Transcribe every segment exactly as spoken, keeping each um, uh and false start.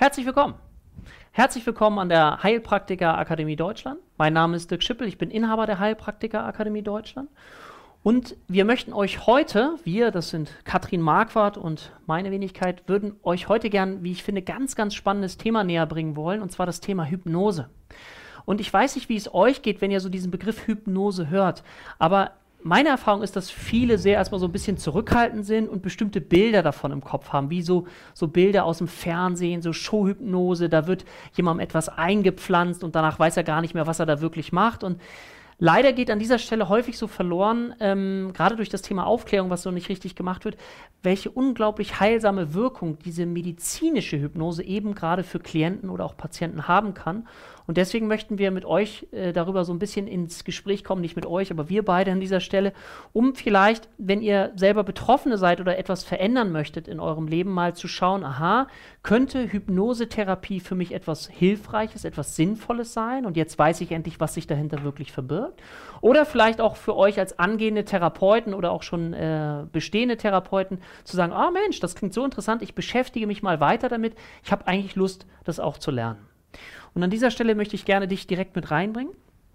Herzlich willkommen. Herzlich willkommen an der Heilpraktiker Akademie Deutschland. Mein Name ist Dirk Schippel, ich bin Inhaber der Heilpraktiker Akademie Deutschland. Und wir möchten euch heute, wir, das sind Katrin Marquardt und meine Wenigkeit, würden euch heute gern, wie ich finde, ganz, ganz spannendes Thema näher bringen wollen, und zwar das Thema Hypnose. Und ich weiß nicht, wie es euch geht, wenn ihr so diesen Begriff Hypnose hört, aber meine Erfahrung ist, dass viele sehr erstmal so ein bisschen zurückhaltend sind und bestimmte Bilder davon im Kopf haben, wie so, so Bilder aus dem Fernsehen, so Showhypnose, da wird jemandem etwas eingepflanzt und danach weiß er gar nicht mehr, was er da wirklich macht. Und leider geht an dieser Stelle häufig so verloren, ähm, gerade durch das Thema Aufklärung, was so nicht richtig gemacht wird, welche unglaublich heilsame Wirkung diese medizinische Hypnose eben gerade für Klienten oder auch Patienten haben kann. Und deswegen möchten wir mit euch äh, darüber so ein bisschen ins Gespräch kommen, nicht mit euch, aber wir beide an dieser Stelle, um vielleicht, wenn ihr selber Betroffene seid oder etwas verändern möchtet in eurem Leben, mal zu schauen, aha, könnte Hypnosetherapie für mich etwas Hilfreiches, etwas Sinnvolles sein? Und jetzt weiß ich endlich, was sich dahinter wirklich verbirgt. Oder vielleicht auch für euch als angehende Therapeuten oder auch schon äh, bestehende Therapeuten zu sagen, ah Mensch, das klingt so interessant, ich beschäftige mich mal weiter damit, ich habe eigentlich Lust, das auch zu lernen. Und an dieser Stelle möchte ich gerne dich direkt mit reinbringen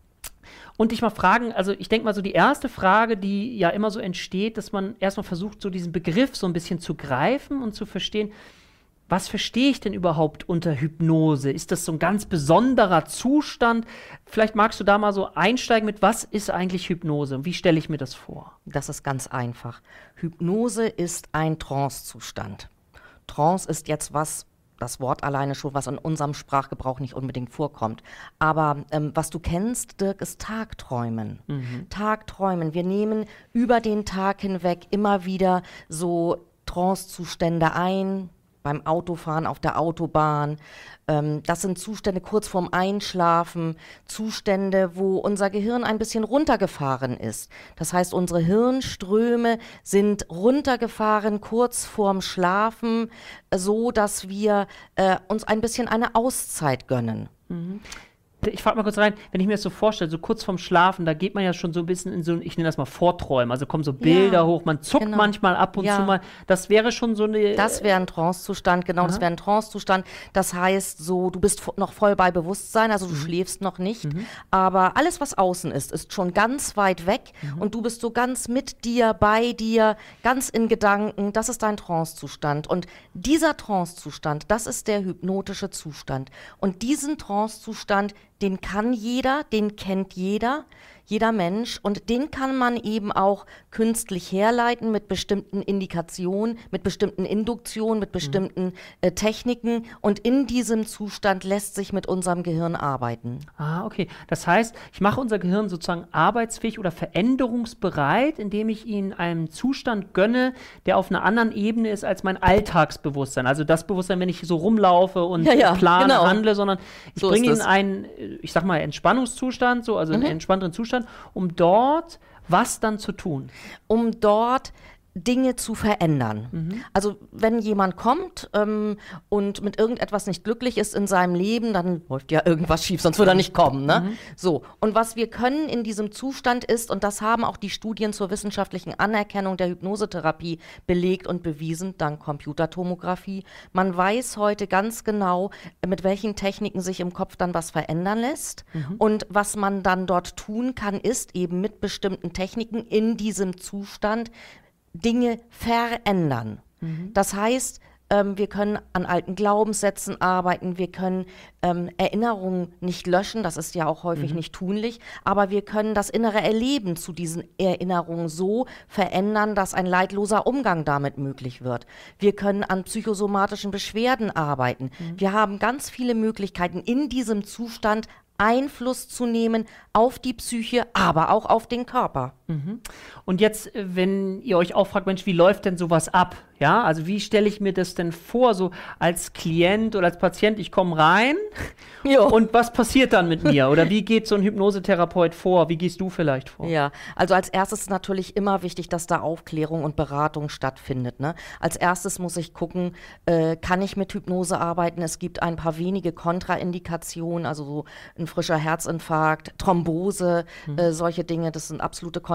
und dich mal fragen, also ich denke mal so die erste Frage, die ja immer so entsteht, dass man erstmal versucht, so diesen Begriff so ein bisschen zu greifen und zu verstehen, was verstehe ich denn überhaupt unter Hypnose? Ist das so ein ganz besonderer Zustand? Vielleicht magst du da mal so einsteigen mit, was ist eigentlich Hypnose und wie stelle ich mir das vor? Das ist ganz einfach. Hypnose ist ein Trance-Zustand. Trance ist jetzt was, das Wort alleine schon, was in unserem Sprachgebrauch nicht unbedingt vorkommt. Aber ähm, was du kennst, Dirk, ist Tagträumen. Mhm. Tagträumen. Wir nehmen über den Tag hinweg immer wieder so Trance-Zustände ein, beim Autofahren auf der Autobahn. Ähm, das sind Zustände kurz vorm Einschlafen, Zustände, wo unser Gehirn ein bisschen runtergefahren ist. Das heißt, unsere Hirnströme sind runtergefahren kurz vorm Schlafen, so dass wir äh, uns ein bisschen eine Auszeit gönnen. Mhm. Ich frage mal kurz rein, wenn ich mir das so vorstelle, so kurz vorm Schlafen, da geht man ja schon so ein bisschen in so, ich nenne das mal Vorträumen, also kommen so Bilder ja, hoch, man zuckt genau. manchmal ab und ja. zu mal, das wäre schon so eine... Das wäre ein Trancezustand, genau, Aha. das wäre ein Trancezustand, das heißt so, du bist noch voll bei Bewusstsein, also du mhm. schläfst noch nicht, mhm. aber alles, was außen ist, ist schon ganz weit weg mhm. und du bist so ganz mit dir, bei dir, ganz in Gedanken, das ist dein Trancezustand und dieser Trancezustand, das ist der hypnotische Zustand und diesen Trancezustand, den kann jeder, den kennt jeder, jeder Mensch und den kann man eben auch künstlich herleiten mit bestimmten Indikationen, mit bestimmten Induktionen, mit bestimmten mhm. äh, Techniken und in diesem Zustand lässt sich mit unserem Gehirn arbeiten. Ah, okay. Das heißt, ich mache unser Gehirn sozusagen arbeitsfähig oder veränderungsbereit, indem ich ihn einen Zustand gönne, der auf einer anderen Ebene ist als mein Alltagsbewusstsein. Also das Bewusstsein, wenn ich so rumlaufe und ja, ja, plane, genau. handle, sondern ich so bringe ihn in einen, ich sag mal, Entspannungszustand, so, also mhm. einen entspannteren Zustand, um dort was dann zu tun? Um dort Dinge zu verändern. Mhm. Also wenn jemand kommt ähm, und mit irgendetwas nicht glücklich ist in seinem Leben, dann läuft ja irgendwas schief, sonst würde er nicht kommen. Ne? Mhm. So. Und was wir können in diesem Zustand ist, und das haben auch die Studien zur wissenschaftlichen Anerkennung der Hypnosetherapie belegt und bewiesen, dank Computertomographie, man weiß heute ganz genau, mit welchen Techniken sich im Kopf dann was verändern lässt. Mhm. Und was man dann dort tun kann, ist eben mit bestimmten Techniken in diesem Zustand Dinge verändern. Mhm. Das heißt, ähm, wir können an alten Glaubenssätzen arbeiten, wir können ähm, Erinnerungen nicht löschen, das ist ja auch häufig mhm. nicht tunlich, aber wir können das innere Erleben zu diesen Erinnerungen so verändern, dass ein leidloser Umgang damit möglich wird. Wir können an psychosomatischen Beschwerden arbeiten. Mhm. Wir haben ganz viele Möglichkeiten, in diesem Zustand Einfluss zu nehmen auf die Psyche, aber auch auf den Körper. Mhm. Und jetzt, wenn ihr euch auch fragt, Mensch, wie läuft denn sowas ab? Ja, also wie stelle ich mir das denn vor, so als Klient oder als Patient, ich komme rein jo. und was passiert dann mit mir? Oder wie geht so ein Hypnosetherapeut vor? Wie gehst du vielleicht vor? Ja, also als erstes ist natürlich immer wichtig, dass da Aufklärung und Beratung stattfindet. Ne? Als erstes muss ich gucken, äh, kann ich mit Hypnose arbeiten? Es gibt ein paar wenige Kontraindikationen, also so ein frischer Herzinfarkt, Thrombose, mhm. äh, solche Dinge, das sind absolute Kontraindikationen.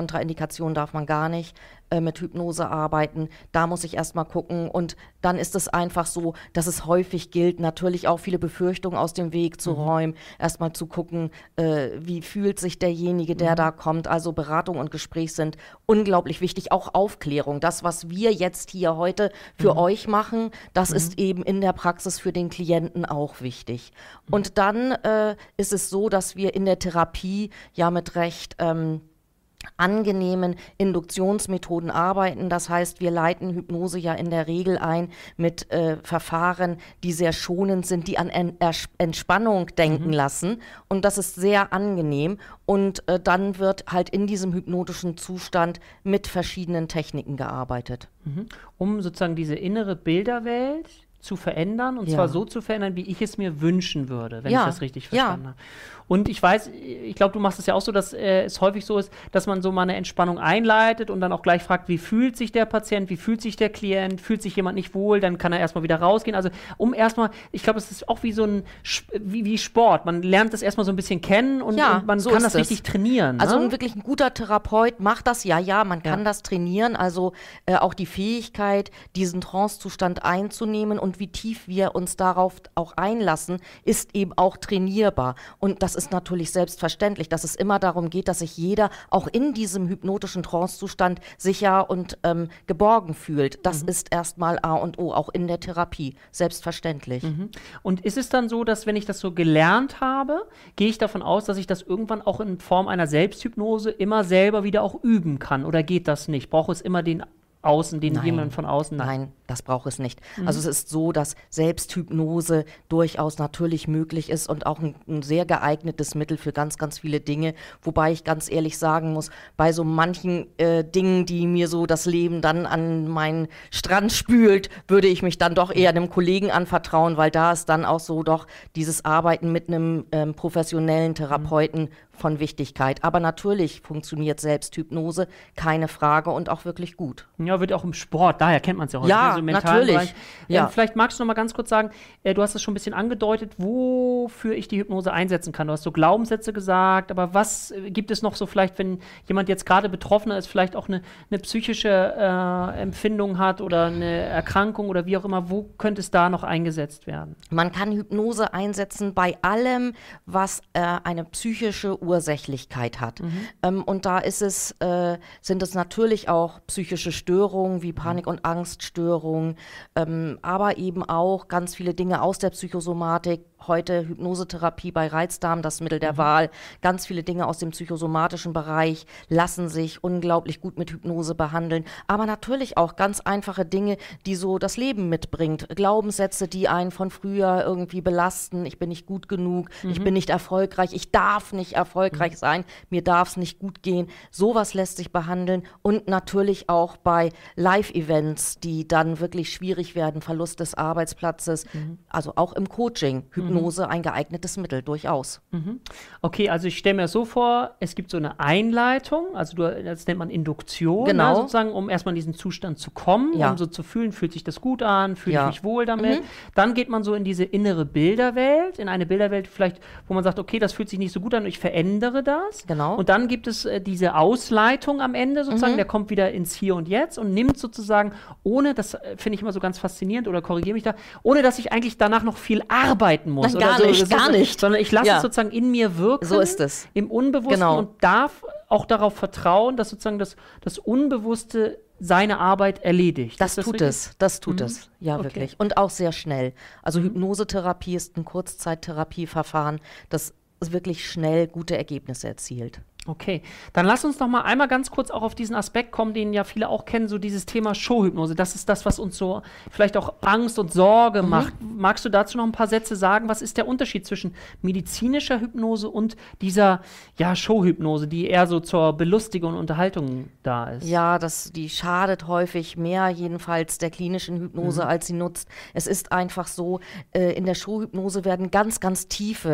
Kontraindikationen darf man gar nicht äh, mit Hypnose arbeiten. Da muss ich erstmal gucken. Und dann ist es einfach so, dass es häufig gilt, natürlich auch viele Befürchtungen aus dem Weg zu mhm. räumen. Erstmal zu gucken, äh, wie fühlt sich derjenige, der mhm. da kommt. Also Beratung und Gespräch sind unglaublich wichtig. Auch Aufklärung. Das, was wir jetzt hier heute für mhm. euch machen, das mhm. ist eben in der Praxis für den Klienten auch wichtig. Mhm. Und dann äh, ist es so, dass wir in der Therapie ja mit recht ähm, angenehmen Induktionsmethoden arbeiten. Das heißt, wir leiten Hypnose ja in der Regel ein mit äh, Verfahren, die sehr schonend sind, die an en Entspannung denken mhm. lassen. Und das ist sehr angenehm. Und äh, dann wird halt in diesem hypnotischen Zustand mit verschiedenen Techniken gearbeitet. Mhm. Um sozusagen diese innere Bilderwelt zu verändern, und ja. zwar so zu verändern, wie ich es mir wünschen würde, wenn ja. ich das richtig verstanden ja. habe. Und ich weiß, ich glaube, du machst es ja auch so, dass äh, es häufig so ist, dass man so mal eine Entspannung einleitet und dann auch gleich fragt, wie fühlt sich der Patient, wie fühlt sich der Klient, fühlt sich jemand nicht wohl, dann kann er erstmal wieder rausgehen. Also um erstmal, ich glaube, es ist auch wie so ein, wie, wie Sport. Man lernt das erstmal so ein bisschen kennen und, ja, und man so kann das es. richtig trainieren. Also ne? ein wirklich ein guter Therapeut macht das, ja, ja, man kann ja. das trainieren. Also äh, auch die Fähigkeit, diesen Trance-Zustand einzunehmen und wie tief wir uns darauf auch einlassen, ist eben auch trainierbar. Und das ist natürlich selbstverständlich, dass es immer darum geht, dass sich jeder auch in diesem hypnotischen Trance-Zustand sicher und ähm, geborgen fühlt. Das mhm. ist erstmal A und O, auch in der Therapie, selbstverständlich. Mhm. Und ist es dann so, dass wenn ich das so gelernt habe, gehe ich davon aus, dass ich das irgendwann auch in Form einer Selbsthypnose immer selber wieder auch üben kann? Oder geht das nicht? Braucht es immer den Außen, den Nein. jemand von außen? Nein, das braucht es nicht. Mhm. Also es ist so, dass Selbsthypnose durchaus natürlich möglich ist und auch ein, ein sehr geeignetes Mittel für ganz, ganz viele Dinge. Wobei ich ganz ehrlich sagen muss, bei so manchen äh, Dingen, die mir so das Leben dann an meinen Strand spült, würde ich mich dann doch eher einem Kollegen anvertrauen, weil da ist dann auch so doch dieses Arbeiten mit einem ähm, professionellen Therapeuten mhm. von Wichtigkeit. Aber natürlich funktioniert Selbsthypnose, keine Frage, und auch wirklich gut. Ja, wird auch im Sport, daher kennt man es ja heute. Ja, also im natürlich. Bereich. Ja. Ähm, vielleicht magst du noch mal ganz kurz sagen, äh, du hast es schon ein bisschen angedeutet, wofür ich die Hypnose einsetzen kann. Du hast so Glaubenssätze gesagt, aber was äh, gibt es noch so vielleicht, wenn jemand jetzt gerade Betroffener ist, vielleicht auch eine, eine psychische äh, Empfindung hat oder eine Erkrankung oder wie auch immer, wo könnte es da noch eingesetzt werden? Man kann Hypnose einsetzen bei allem, was äh, eine psychische Ursächlichkeit hat. Mhm. Ähm, und da ist es, äh, sind es natürlich auch psychische Störungen wie Panik- und Angststörungen, ähm, aber eben auch ganz viele Dinge aus der Psychosomatik. Heute Hypnosetherapie bei Reizdarm, das Mittel der mhm. Wahl. Ganz viele Dinge aus dem psychosomatischen Bereich lassen sich unglaublich gut mit Hypnose behandeln. Aber natürlich auch ganz einfache Dinge, die so das Leben mitbringt. Glaubenssätze, die einen von früher irgendwie belasten. Ich bin nicht gut genug, mhm. ich bin nicht erfolgreich, ich darf nicht erfolgreich mhm. sein, mir darf es nicht gut gehen. Sowas lässt sich behandeln. Und natürlich auch bei Live-Events, die dann wirklich schwierig werden, Verlust des Arbeitsplatzes, mhm. also auch im Coaching. Hypnose ein geeignetes Mittel, durchaus. Mhm. Okay, also ich stelle mir das so vor, es gibt so eine Einleitung, also du, das nennt man Induktion, genau. ne, sozusagen, um erstmal in diesen Zustand zu kommen, ja. um so zu fühlen, fühlt sich das gut an, fühle ja. ich mich wohl damit. Mhm. Dann geht man so in diese innere Bilderwelt, in eine Bilderwelt vielleicht, wo man sagt, okay, das fühlt sich nicht so gut an, ich verändere das. Genau. Und dann gibt es äh, diese Ausleitung am Ende sozusagen, mhm. der kommt wieder ins Hier und Jetzt und nimmt sozusagen, ohne, das äh, finde ich immer so ganz faszinierend oder korrigiere mich da, ohne dass ich eigentlich danach noch viel arbeiten muss. Nein, gar so, nicht, gar so, nicht. Sondern ich lasse ja. es sozusagen in mir wirken. So ist es. Im Unbewussten genau. und darf auch darauf vertrauen, dass sozusagen das, das Unbewusste seine Arbeit erledigt. Das, das tut richtig? es, das tut mhm. es, ja okay. wirklich. Und auch sehr schnell. Also mhm. Hypnosetherapie ist ein Kurzzeittherapieverfahren, das wirklich schnell gute Ergebnisse erzielt. Okay, dann lass uns noch mal einmal ganz kurz auch auf diesen Aspekt kommen, den ja viele auch kennen, so dieses Thema Showhypnose. Das ist das, was uns so vielleicht auch Angst und Sorge mhm. macht. Magst du dazu noch ein paar Sätze sagen? Was ist der Unterschied zwischen medizinischer Hypnose und dieser ja, Showhypnose, die eher so zur Belustigung und Unterhaltung da ist? Ja, das, die schadet häufig mehr jedenfalls der klinischen Hypnose, mhm. als sie nutzt. Es ist einfach so, äh, in der Showhypnose werden ganz, ganz tiefe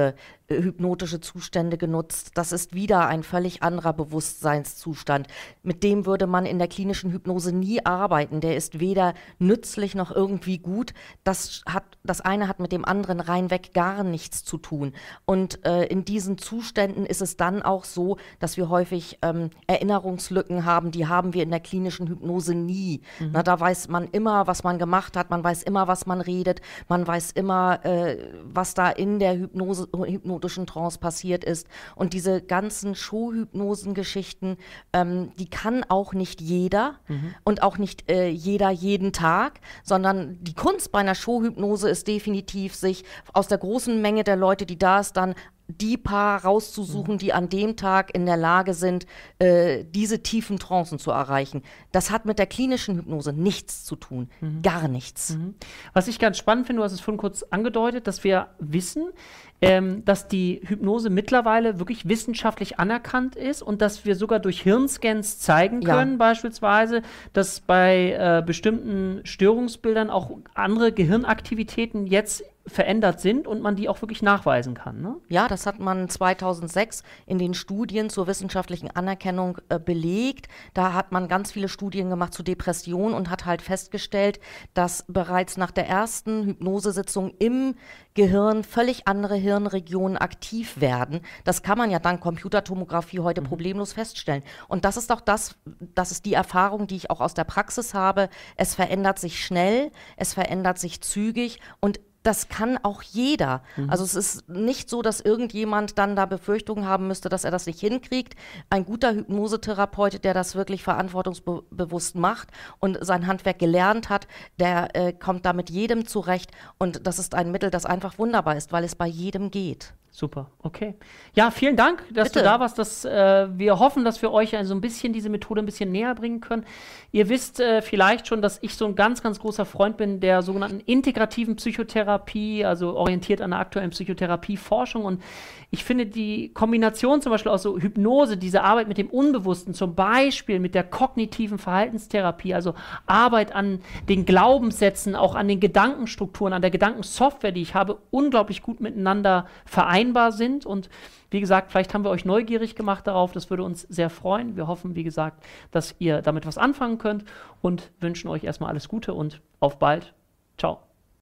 äh, hypnotische Zustände genutzt. Das ist wieder ein völlig anderer Bewusstseinszustand. Mit dem würde man in der klinischen Hypnose nie arbeiten. Der ist weder nützlich noch irgendwie gut. Das hat, das eine hat mit dem anderen reinweg gar nichts zu tun. Und äh, in diesen Zuständen ist es dann auch so, dass wir häufig ähm, Erinnerungslücken haben. Die haben wir in der klinischen Hypnose nie. Mhm. Na, da weiß man immer, was man gemacht hat. Man weiß immer, was man redet. Man weiß immer, äh, was da in der Hypnose, hypnotischen Trance passiert ist. Und diese ganzen Showhypnosen-Geschichten, ähm, die kann auch nicht jeder mhm. und auch nicht äh, jeder jeden Tag, sondern die Kunst bei einer Showhypnose ist definitiv, sich aus der großen Menge der Leute, die da ist, dann die paar rauszusuchen, mhm. die an dem Tag in der Lage sind, äh, diese tiefen Trancen zu erreichen. Das hat mit der klinischen Hypnose nichts zu tun. Mhm. Gar nichts. Mhm. Was ich ganz spannend finde, du hast es vorhin kurz angedeutet, dass wir wissen, ähm, dass die Hypnose mittlerweile wirklich wissenschaftlich anerkannt ist und dass wir sogar durch Hirnscans zeigen können, ja. beispielsweise, dass bei äh, bestimmten Störungsbildern auch andere Gehirnaktivitäten jetzt verändert sind und man die auch wirklich nachweisen kann. Ne? Ja, das hat man zweitausendsechs in den Studien zur wissenschaftlichen Anerkennung äh, belegt. Da hat man ganz viele Studien gemacht zu Depressionen und hat halt festgestellt, dass bereits nach der ersten Hypnosesitzung im Gehirn völlig andere Hirnregionen aktiv werden. Das kann man ja dank Computertomographie heute mhm. problemlos feststellen. Und das ist auch das, das ist die Erfahrung, die ich auch aus der Praxis habe. Es verändert sich schnell, es verändert sich zügig und das kann auch jeder. Mhm. Also es ist nicht so, dass irgendjemand dann da Befürchtungen haben müsste, dass er das nicht hinkriegt. Ein guter Hypnosetherapeut, der das wirklich verantwortungsbewusst macht und sein Handwerk gelernt hat, der äh, kommt da mit jedem zurecht. Und das ist ein Mittel, das einfach wunderbar ist, weil es bei jedem geht. Super, okay. Ja, vielen Dank, dass Bitte. du da warst. Dass, äh, wir hoffen, dass wir euch also ein bisschen diese Methode ein bisschen näher bringen können. Ihr wisst äh, vielleicht schon, dass ich so ein ganz, ganz großer Freund bin der sogenannten integrativen Psychotherapie, also orientiert an der aktuellen Psychotherapieforschung. Und ich finde die Kombination zum Beispiel aus so Hypnose, diese Arbeit mit dem Unbewussten, zum Beispiel mit der kognitiven Verhaltenstherapie, also Arbeit an den Glaubenssätzen, auch an den Gedankenstrukturen, an der Gedankensoftware, die ich habe, unglaublich gut miteinander vereinbar sind. Und wie gesagt, vielleicht haben wir euch neugierig gemacht darauf. Das würde uns sehr freuen. Wir hoffen, wie gesagt, dass ihr damit was anfangen könnt und wünschen euch erstmal alles Gute und auf bald. Ciao.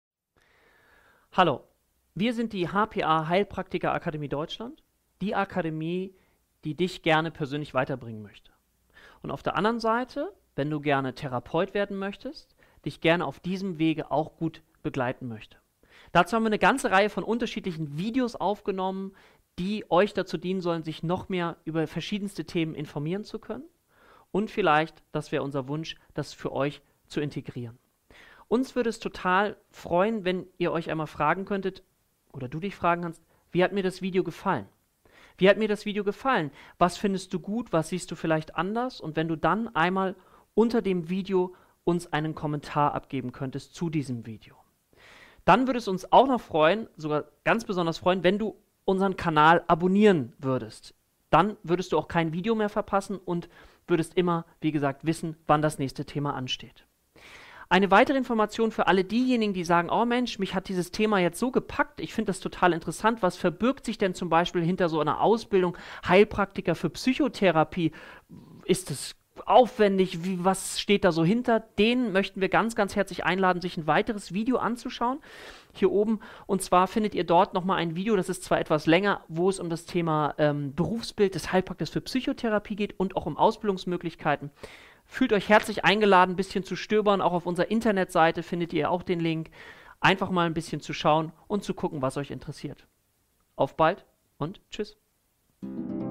Hallo, wir sind die H P A Heilpraktiker Akademie Deutschland, die Akademie, die dich gerne persönlich weiterbringen möchte. Und auf der anderen Seite, wenn du gerne Therapeut werden möchtest, dich gerne auf diesem Wege auch gut begleiten möchte. Dazu haben wir eine ganze Reihe von unterschiedlichen Videos aufgenommen, die euch dazu dienen sollen, sich noch mehr über verschiedenste Themen informieren zu können. Und vielleicht, das wäre unser Wunsch, das für euch zu integrieren. Uns würde es total freuen, wenn ihr euch einmal fragen könntet, oder du dich fragen kannst, wie hat mir das Video gefallen? Wie hat mir das Video gefallen? Was findest du gut? Was siehst du vielleicht anders? Und wenn du dann einmal unter dem Video uns einen Kommentar abgeben könntest zu diesem Video. Dann würde es uns auch noch freuen, sogar ganz besonders freuen, wenn du unseren Kanal abonnieren würdest. Dann würdest du auch kein Video mehr verpassen und würdest immer, wie gesagt, wissen, wann das nächste Thema ansteht. Eine weitere Information für alle diejenigen, die sagen, oh Mensch, mich hat dieses Thema jetzt so gepackt, ich finde das total interessant, was verbirgt sich denn zum Beispiel hinter so einer Ausbildung Heilpraktiker für Psychotherapie? Ist es aufwendig, wie, was steht da so hinter? Den möchten wir ganz, ganz herzlich einladen, sich ein weiteres Video anzuschauen, hier oben. Und zwar findet ihr dort nochmal ein Video, das ist zwar etwas länger, wo es um das Thema ähm, Berufsbild des Heilpraktikers für Psychotherapie geht und auch um Ausbildungsmöglichkeiten. Fühlt euch herzlich eingeladen, ein bisschen zu stöbern. Auch auf unserer Internetseite findet ihr auch den Link. Einfach mal ein bisschen zu schauen und zu gucken, was euch interessiert. Auf bald und tschüss.